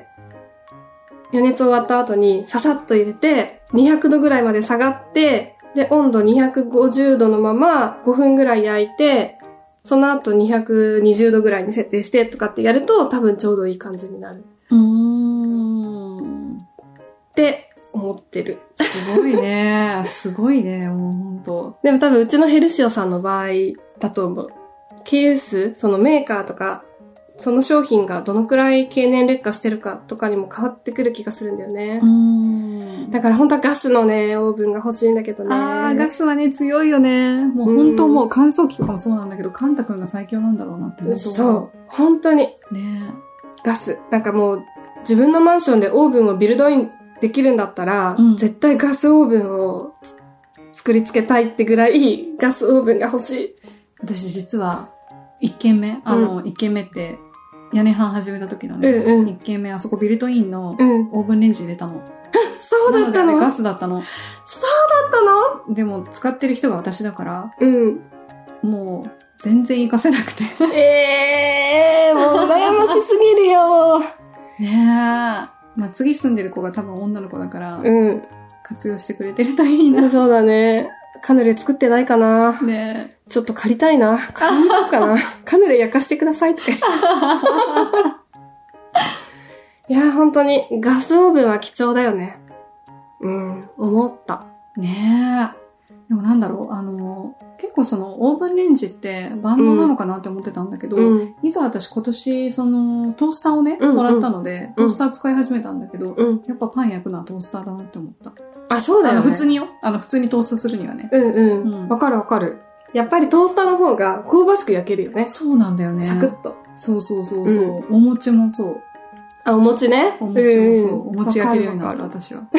予熱終わった後にささっと入れて、にひゃくどぐらいまで下がって、で、温度にひゃくごじゅうどのままごふんぐらい焼いて、その後にひゃくにじゅうどぐらいに設定してとかってやると多分ちょうどいい感じになる。 うーん。 って思ってる。 すごいね。すごいね。もうほんと。 でも多分うちのヘルシオさんの場合だと思う。ケース、そのメーカーとか、その商品がどのくらい経年劣化してるかとかにも変わってくる気がするんだよね。 うーん。 だから本当はガスのね、オーブンが欲しいんだけどね。 あー、ガスはね、強いよね。もう本当もう乾燥機とかもそうなんだけど、カンタ君が最強なんだろうなって思う。 そう。本当に。 ねガス。なんかもう、自分のマンションでオーブンをビルドインできるんだったら、うん、絶対ガスオーブンを作りつけたいってぐらい、ガスオーブンが欲しい。 私実は、一軒目、あの、うん、一軒目って、屋根半始めた時のね、 うんうん、 一軒目、あそこビルトインのオーブンレンジ入れたの。うん、 そうだったの？ ガスだったの。 そうだったの？でも、使ってる人が私だから、 うん、 もう、全然活かせなくて。 えー、もう羨ましすぎるよ。 ねえ。まあ、次住んでる子が多分女の子だから、 うん、 活用してくれてるといいな。 そうだね。カヌレ作ってないかな。 ねえ。 ちょっと借りたいな。借りようかな。カヌレ焼かしてくださいって。いや、本当にガスオーブンは貴重だよね。うん、思った。 ねえ。でもなんだろう、あの、結構そのオーブンレンジって万能なのかなって思ってたんだけど、うん、いざ私今年そのトースターをね、うんうん、もらったので、トースター使い始めたんだけど、うん、やっぱパン焼くのはトースターだなって思った。 あ、そうだよね。 あの普通によ。あの普通にトーストするにはね。 うんうん。わ、うん、かるわかる。やっぱりトースターの方が香ばしく焼けるよね。 そうなんだよね。 サクッと。 そうそうそうそう、うん。お餅もそう。 あ、お餅ね。 お餅もそう。うん、お餅焼けるようになった、私は。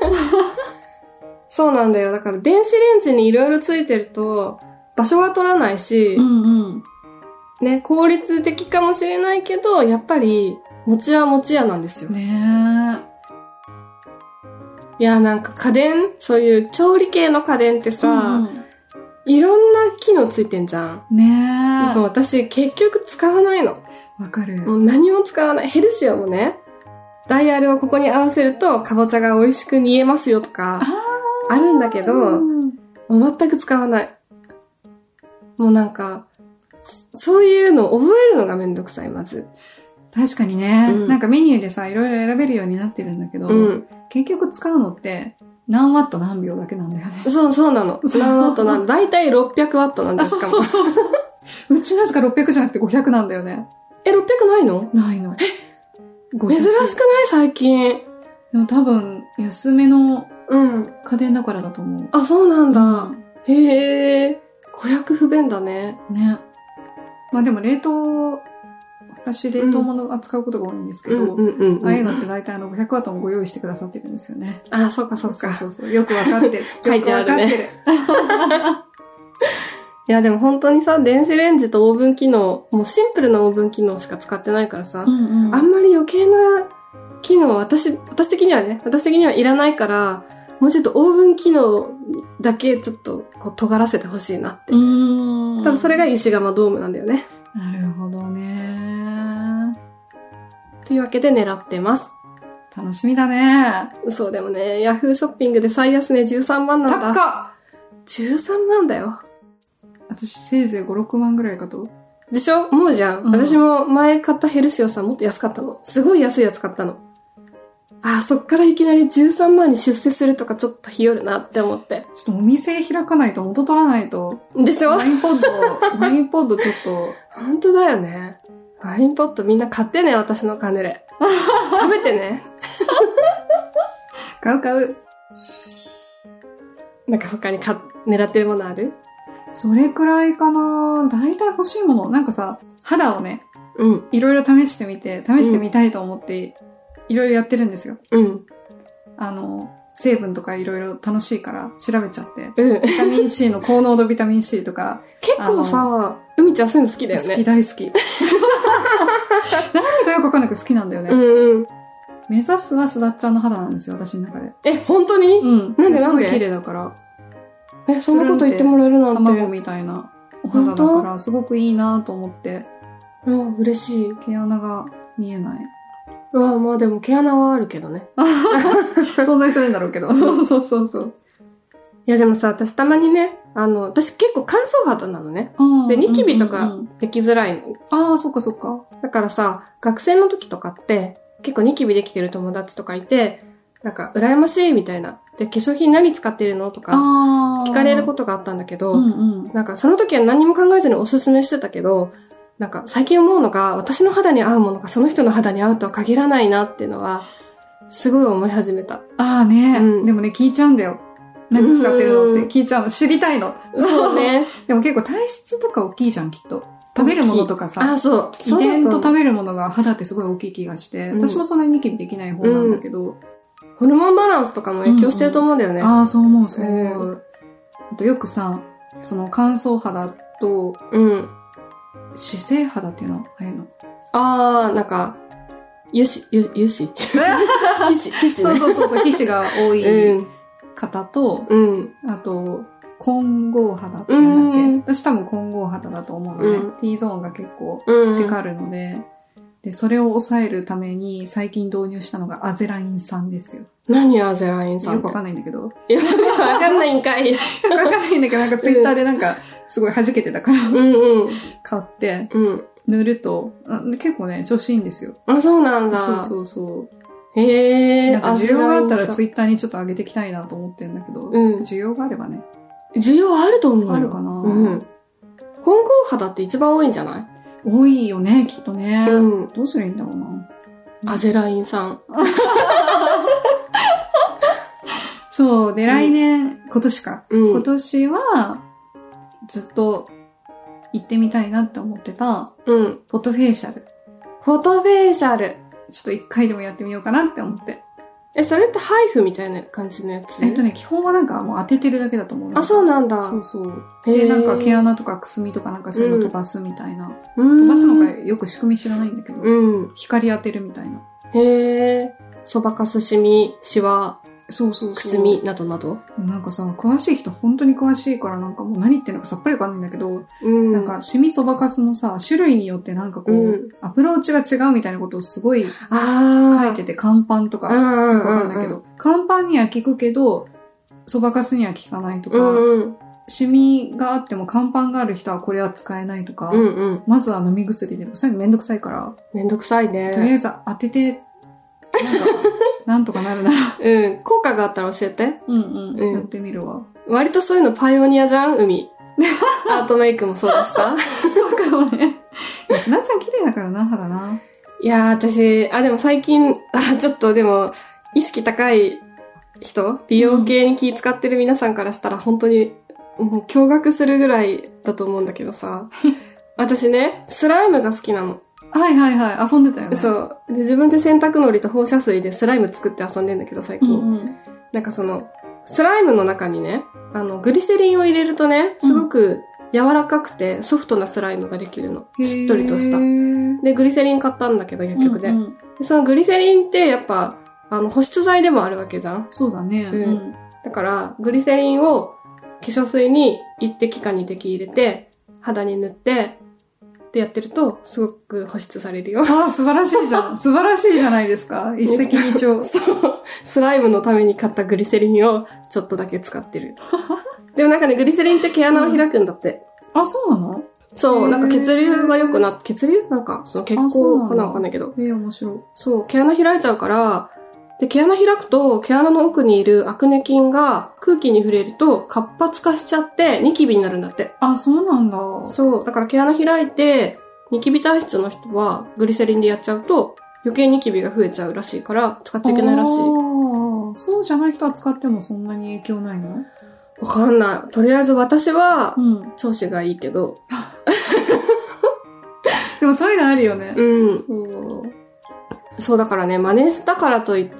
そうなんだよ。だから電子レンジにいろいろついてると場所が取らないし、 うんうん、 ね、効率的かもしれないけど、やっぱり餅は餅屋なんですよ。 ねいや、なんか家電、そういう調理系の家電ってさ、うんうん、いろんな機能ついてんじゃん。 ねでも私結局使わないの。 わかる。 もう何も使わない。ヘルシオもね、ダイヤルをここに合わせるとかぼちゃが美味しく煮えますよとかあるんだけど、もう全く使わない。もうなんか、そういうのを覚えるのがめんどくさい、まず。 確かにね、うん。なんかメニューでさ、いろいろ選べるようになってるんだけど、うん、結局使うのって何ワット何秒だけなんだよね。 そうそうなの。何ワット何、だいたいろっぴゃくワットなんですかも。 そうそうそう。うちのやつがろっぴゃくじゃなくてごひゃくなんだよね。 え、ろっぴゃくないの？ ないの。 え珍しくない最近。 でも多分、安めのうん。 家電だからだと思う。 あ、そうなんだ。うん、へえ。ごひゃく不便だね。 ね。まあでも冷凍、私冷凍物扱うことが多いんですけど、ああいうのって大体あのごひゃくワットもご用意してくださってるんですよね。 あ、そうかそうか。 そうそうそう。よくわかってる。 書いてあるね。よくわかってる。いやでも本当にさ、電子レンジとオーブン機能、もうシンプルなオーブン機能しか使ってないからさ、うんうん、あんまり余計な機能、私、私的にはね、私的にはいらないから、もうちょっとオーブン機能だけちょっとこう尖らせてほしいなって。うーん。多分それが石窯ドームなんだよね。 なるほどね。 というわけで狙ってます。 楽しみだね。 そうでもね、ヤフーショッピングで最安値じゅうさんまんなんだ。 高っ ! じゅうさんまんだよ。 私せいぜいご、ろくまんぐらいかと。 でしょ？思うじゃん、うん。私も前買ったヘルシオさんもっと安かったの。すごい安いやつ買ったの。ああ、そっからいきなりじゅうさんまんに出世するとかちょっとひよるなって思って。 ちょっとお店開かないと元取らないと。 でしょ？ ワインポッド、ワインポッドちょっと。 本当だよね。ワインポッドみんな買ってね、私のカヌレ。食べてね。 買う買う。 なんか他にか狙ってるものある？ それくらいかな。だいたい欲しいもの。なんかさ、肌をね、 うん。 いろいろ試してみて、試してみたいと思って、いろいろやってるんですよ。 うん。 あの、成分とかいろいろ楽しいから調べちゃって。 うん。 ビタミン C の高濃度ビタミン C とか。 結構さ、海ちゃんそういうの好きだよね。 好き大好き。なんでかよくわかんなく好きなんだよね。 うんうん。 目指すはすだっちゃんの肌なんですよ、私の中で。 え、本当に？ うん。 なんでなんですごい綺麗だから。 え、そんなこと言ってもらえるなんて。 卵みたいなお肌だから、すごくいいなと思って。 うん、嬉しい。 毛穴が見えない。 うわ、まあでも毛穴はあるけどね。 存在するんだろうけど。そうそうそう。 いやでもさ、私たまにね、あの、私結構乾燥肌なのね。で、ニキビとかできづらいの。 ああ、そっかそっか。 だからさ、学生の時とかって、結構ニキビできてる友達とかいて、なんか、羨ましいみたいな。で、化粧品何使ってるのとか、聞かれることがあったんだけど、うんうん、なんかその時は何も考えずにおすすめしてたけど、なんか最近思うのが、私の肌に合うものがその人の肌に合うとは限らないなっていうのは、すごい思い始めた。 ああね、うん、でもね、聞いちゃうんだよ。何使ってるのって聞いちゃうの。知りたいの。 そうね。 でも結構体質とか大きいじゃん、きっと。食べるものとかさ。 あ、そう。 遺伝と食べるものが肌ってすごい大きい気がして、うん、私もそんなにニキビできない方なんだけど、うん、 ホルモンバランスとかも影響してると思うんだよね。 うんうん、ああ、そう思う、そう思う。うん、あとよくさ、その乾燥肌と、うん。脂性肌っていうのああいうの。 ああ、なんか、油脂、油脂皮脂、皮脂、 ね。そうそうそう、皮脂が多い方と、うん、あと、混合肌っていうんだっけ、私多分混合肌だと思うのね。うん、T ゾーンが結構テカるので、で、それを抑えるために最近導入したのがアゼライン酸ですよ。 何アゼライン酸って？ よくわかんないんだけど。 いや、わかんないんかい。 わかんないんだけど、なんかツイッターでなんか、すごい弾けてたから、うんうん、買って、うん、塗るとあ、結構ね、調子いいんですよ。 あ、そうなんだ。 そうそうそう。 へー。 なんか需要があったらツイッターにちょっと上げていきたいなと思ってるんだけど、うん、需要があればね。 需要あると思うよ。 あるかな、 うん、混合肌って一番多いんじゃない？ 多いよね、きっとね。うん。どうすりゃいいんだろうな。 アゼライン酸。 そう。で、来年、うん、今年か。うん、今年は、ずっと行ってみたいなって思ってた、うん。フォトフェイシャル。 フォトフェイシャル。 ちょっと一回でもやってみようかなって思って。 え、それってハイフみたいな感じのやつ？ えっとね、基本はなんかもう当ててるだけだと思う。 あ、そうなんだ。 そうそう。で、なんか毛穴とかくすみとかなんかそういうの飛ばすみたいな。うん、飛ばすのかよく仕組み知らないんだけど、うん、光当てるみたいな。 へー。そばかす、シミ、シワ、 そうそうそう。 くすみなどなど。 なんかさ、詳しい人本当に詳しいからなんかもう何言ってんのかさっぱりわかんないんだけど、うん、なんかシミそばかすのさ、種類によってなんかこう、うん、アプローチが違うみたいなことをすごい書いてて、乾パンとか、よくわかんないけど、乾パンには効くけど、そばかすには効かないとか、うんうん、シミがあっても乾パンがある人はこれは使えないとか、うんうん、まずは飲み薬で、そういうのめんどくさいから。 めんどくさいね。 とりあえず当てて、なんか、なんとかなるなら。 うん。効果があったら教えて。 うんうん。うん、やってみるわ。 割とそういうのパイオニアじゃん、海。アートメイクもそうだしさ。 そうかもね。すなちゃん綺麗だからな、肌な。 いやー、私、あ、でも最近、あ、ちょっとでも、意識高い人、美容系に気使ってる皆さんからしたら本当にもう驚愕するぐらいだと思うんだけどさ。私ね、スライムが好きなの。 はいはいはい。遊んでたよね。 そう。で、自分で洗濯のりと放射水でスライム作って遊んでんだけど最近。 うんうん、 なんかその、スライムの中にね、あの、グリセリンを入れるとね、すごく柔らかくてソフトなスライムができるの。しっとりとした。で、グリセリン買ったんだけど、薬局で。うんうん、でそのグリセリンってやっぱ、あの、保湿剤でもあるわけじゃん。 そうだね。 うん。うん、だから、グリセリンを化粧水にいってきかにてき入れて、肌に塗って、ってやってると、すごく保湿されるよ。 ああ、素晴らしいじゃん。素晴らしいじゃないですか。一石二鳥。 そう。スライムのために買ったグリセリンをちょっとだけ使ってる。でもなんかね、グリセリンって毛穴を開くんだって。 うん、あ、そうなの？ そう、なんか血流が良くなって、血流なんか、その血行かなわかんないけど。 ええー、面白い。 そう、毛穴開いちゃうから、で、毛穴開くと、毛穴の奥にいるアクネ菌が空気に触れると活発化しちゃってニキビになるんだって。 あ、そうなんだ。 そう。だから毛穴開いて、ニキビ体質の人はグリセリンでやっちゃうと余計ニキビが増えちゃうらしいから使っちゃいけないらしい。 そうじゃない人は使ってもそんなに影響ないの？ わかんない。とりあえず私は調子がいいけど。うん、 でもそういうのあるよね。 うん。 そう。 そうだからね、真似したからといって、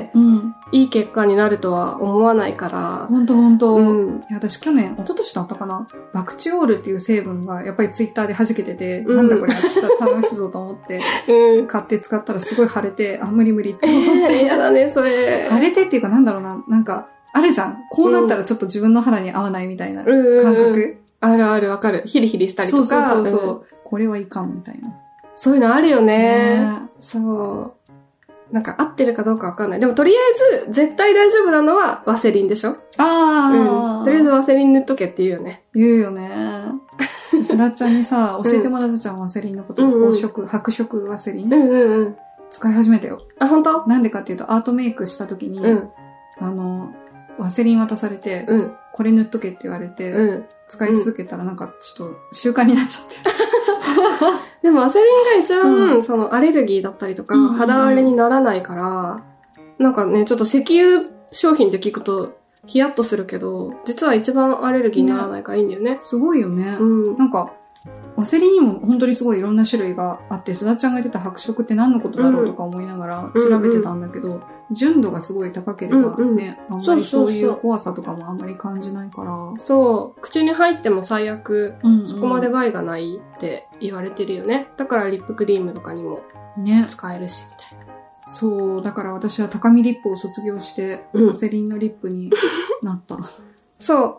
うん、いい結果になるとは思わないから。 ほんとほんと。うん、いや私去年、一昨年だったかな、バクチオールっていう成分がやっぱりツイッターで弾けてて、うん、なんだこれ、ちょっと楽しそうと思って、うん、買って使ったらすごい腫れて、あ、無理無理って思って。 えー、やだね、それ。 腫れてっていうかなんだろうな、なんか、あるじゃん。こうなったらちょっと自分の肌に合わないみたいな感覚。うんうんうん、 あるあるわかる。ヒリヒリしたりとか。 そうそうそうそう、うん。これはいかんみたいな。 そういうのあるよね。ね、そう。なんか合ってるかどうかわかんない。でもとりあえず絶対大丈夫なのはワセリンでしょ？ああ、うん。とりあえずワセリン塗っとけって言うよね。 言うよね。すだちゃんにさ、教えてもらったじゃん、うん、ワセリンのこと。黄色、白色ワセリン。うんうんうん。使い始めたよ。 あ、本当？ なんでかっていうと、アートメイクした時に、うん、あの、ワセリン渡されて、うん、これ塗っとけって言われて、うん、使い続けたらなんかちょっと習慣になっちゃって。 でもワセリンが一番、うん、そのアレルギーだったりとか、うんうん、肌荒れにならないから、なんかね、ちょっと石油商品って聞くとヒヤッとするけど、実は一番アレルギーにならないからいいんだよね。ね、 すごいよね。うん、なんか、ワセリンにも本当にすごいいろんな種類があって、すだちゃんが言ってた白色って何のことだろうとか思いながら調べてたんだけど、うんうんうん、純度がすごい高ければね、うんうん、あんまりそういう怖さとかもあんまり感じないから。 そう。口に入っても最悪、うんうん、そこまで害がないって言われてるよね。だからリップクリームとかにも使えるし、みたいな。 そう。だから私は高見リップを卒業して、うん、ワセリンのリップになった。 そう。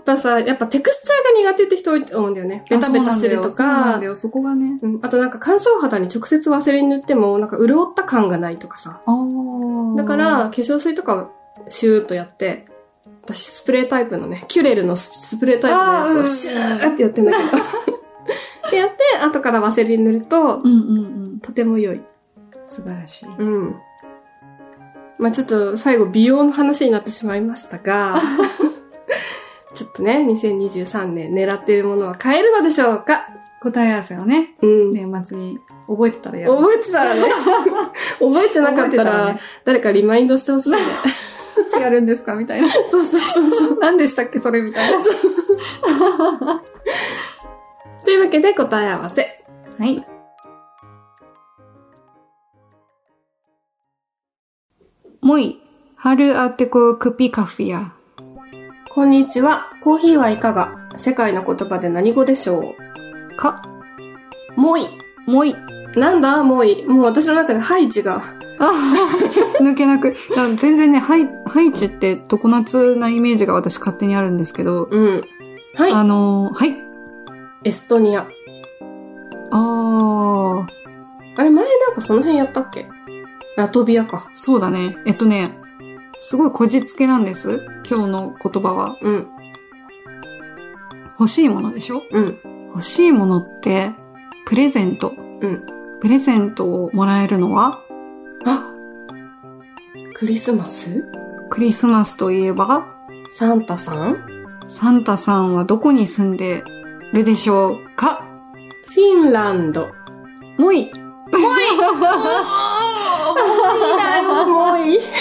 ださ、やっぱテクスチャーが苦手って人多いと思うんだよね。ベタベタするとか。 そうなんだよ、そこがね。 うん。あとなんか乾燥肌に直接ワセリン塗っても、なんか潤った感がないとかさ。あー。だから、化粧水とかをシューッとやって、私スプレータイプのね、キュレルのスプレータイプのやつをシューってやってんだけど。ってやって、後からワセリン塗ると、うんうんうん、とても良い。 素晴らしい。 うん。まあちょっと最後美容の話になってしまいましたが、ちょっとね、にせんにじゅうさんねん狙っているものは買えるのでしょうか？ 答え合わせをね、うん、年末に覚えてたらやる。 覚えてたらね。覚えてなかったら、ね、誰かリマインドしてほしいね。 いつやるんですかみたいな。 そうそうそうそう。 何でしたっけそれみたいな。 というわけで答え合わせ。 はい。もい、春あてこクピカフィア。 こんにちは。コーヒーはいかが？世界の言葉で何語でしょうか？ もい。 もい。 なんだもい。もう私の中でハイチが。 あ抜けなく。全然ね、ハイ、ハイチって常夏なイメージが私勝手にあるんですけど。うん。はい。あのー、はい。 エストニア。あー。あれ前なんかその辺やったっけ？ラトビアか。 そうだね。えっとね、すごいこじつけなんです。今日の言葉は。うん。欲しいものでしょ？うん。欲しいものって、プレゼント。うん。プレゼントをもらえるのは？ あ！クリスマス？ クリスマスといえば？ サンタさん？ サンタさんはどこに住んでるでしょうか？ フィンランド。 もい。 もういいもういいだよ、もういい。フ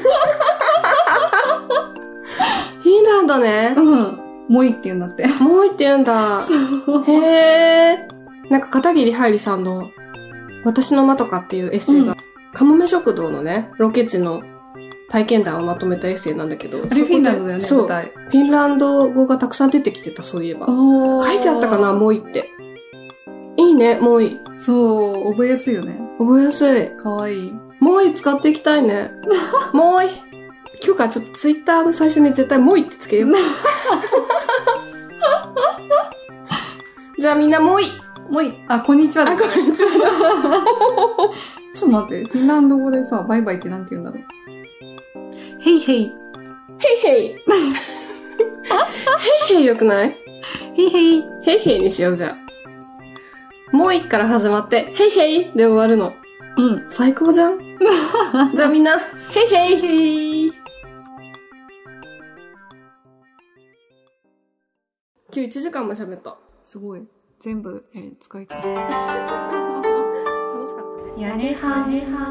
ィンランドね。 うん。もういいって言うんだって。 もういいって言うんだ。へー。なんか片桐はいりさんの私の間とかっていうエッセイが、うん、かもめ食堂のね、ロケ地の体験談をまとめたエッセイなんだけど。あれフィンランドだよね、 そう。フィンランド語がたくさん出てきてた、そういえば。書いてあったかな、もういって。いいね、もうい。 そう、覚えやすいよね。 覚えやすい。 かわいい。 もうい使っていきたいね。もうい。今日からちょっとツイッターの最初に絶対もういってつけよう。じゃあみんなもうい。 もういい。あ、こんにちはだ、ね。 あ、こんにちはだ。 ちょっと待って、フィンランド語でさ、バイバイってなんて言うんだろう。ヘイヘイ。 ヘイヘイ。ヘイヘイよくない？ ヘイヘイ。 ヘイヘイにしよう、じゃあ。もういから始まって、ヘイヘイで終わるの。 うん。 最高じゃん。じゃあみんな、ヘイヘイ。 ヘイ。 今日いちじかんも喋った。 すごい。全部、えー、使いたい。 楽しかったね。 屋根はねは。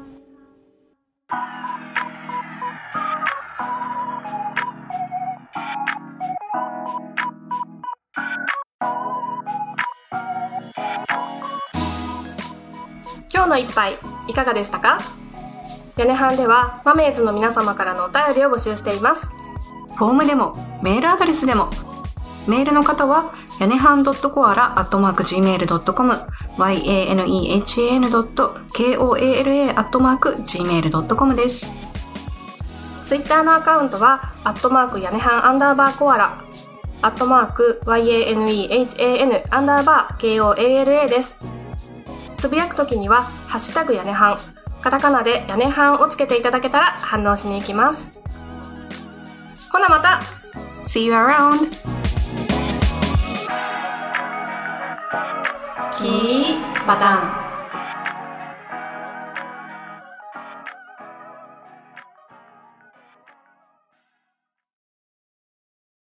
今日の一杯いかがでしたか？屋根班ではマメーズの皆様からのお便りを募集しています。 フォームでもメールアドレスでも。メールの方はやねはん .koala アットマーク ジーメール ドットコム ヤネハン ドット コアラ アットマーク ジーメール ドットコム です。 ツイッターのアカウントはアットマーク屋根班アンダーバーコアラアットマーク ヤネハン アンダーバー コアラ です。つぶやくときにはハッシュタグ屋根班、カタカナで屋根班をつけていただけたら反応しに行きます。ほなまた See you around! キーバタン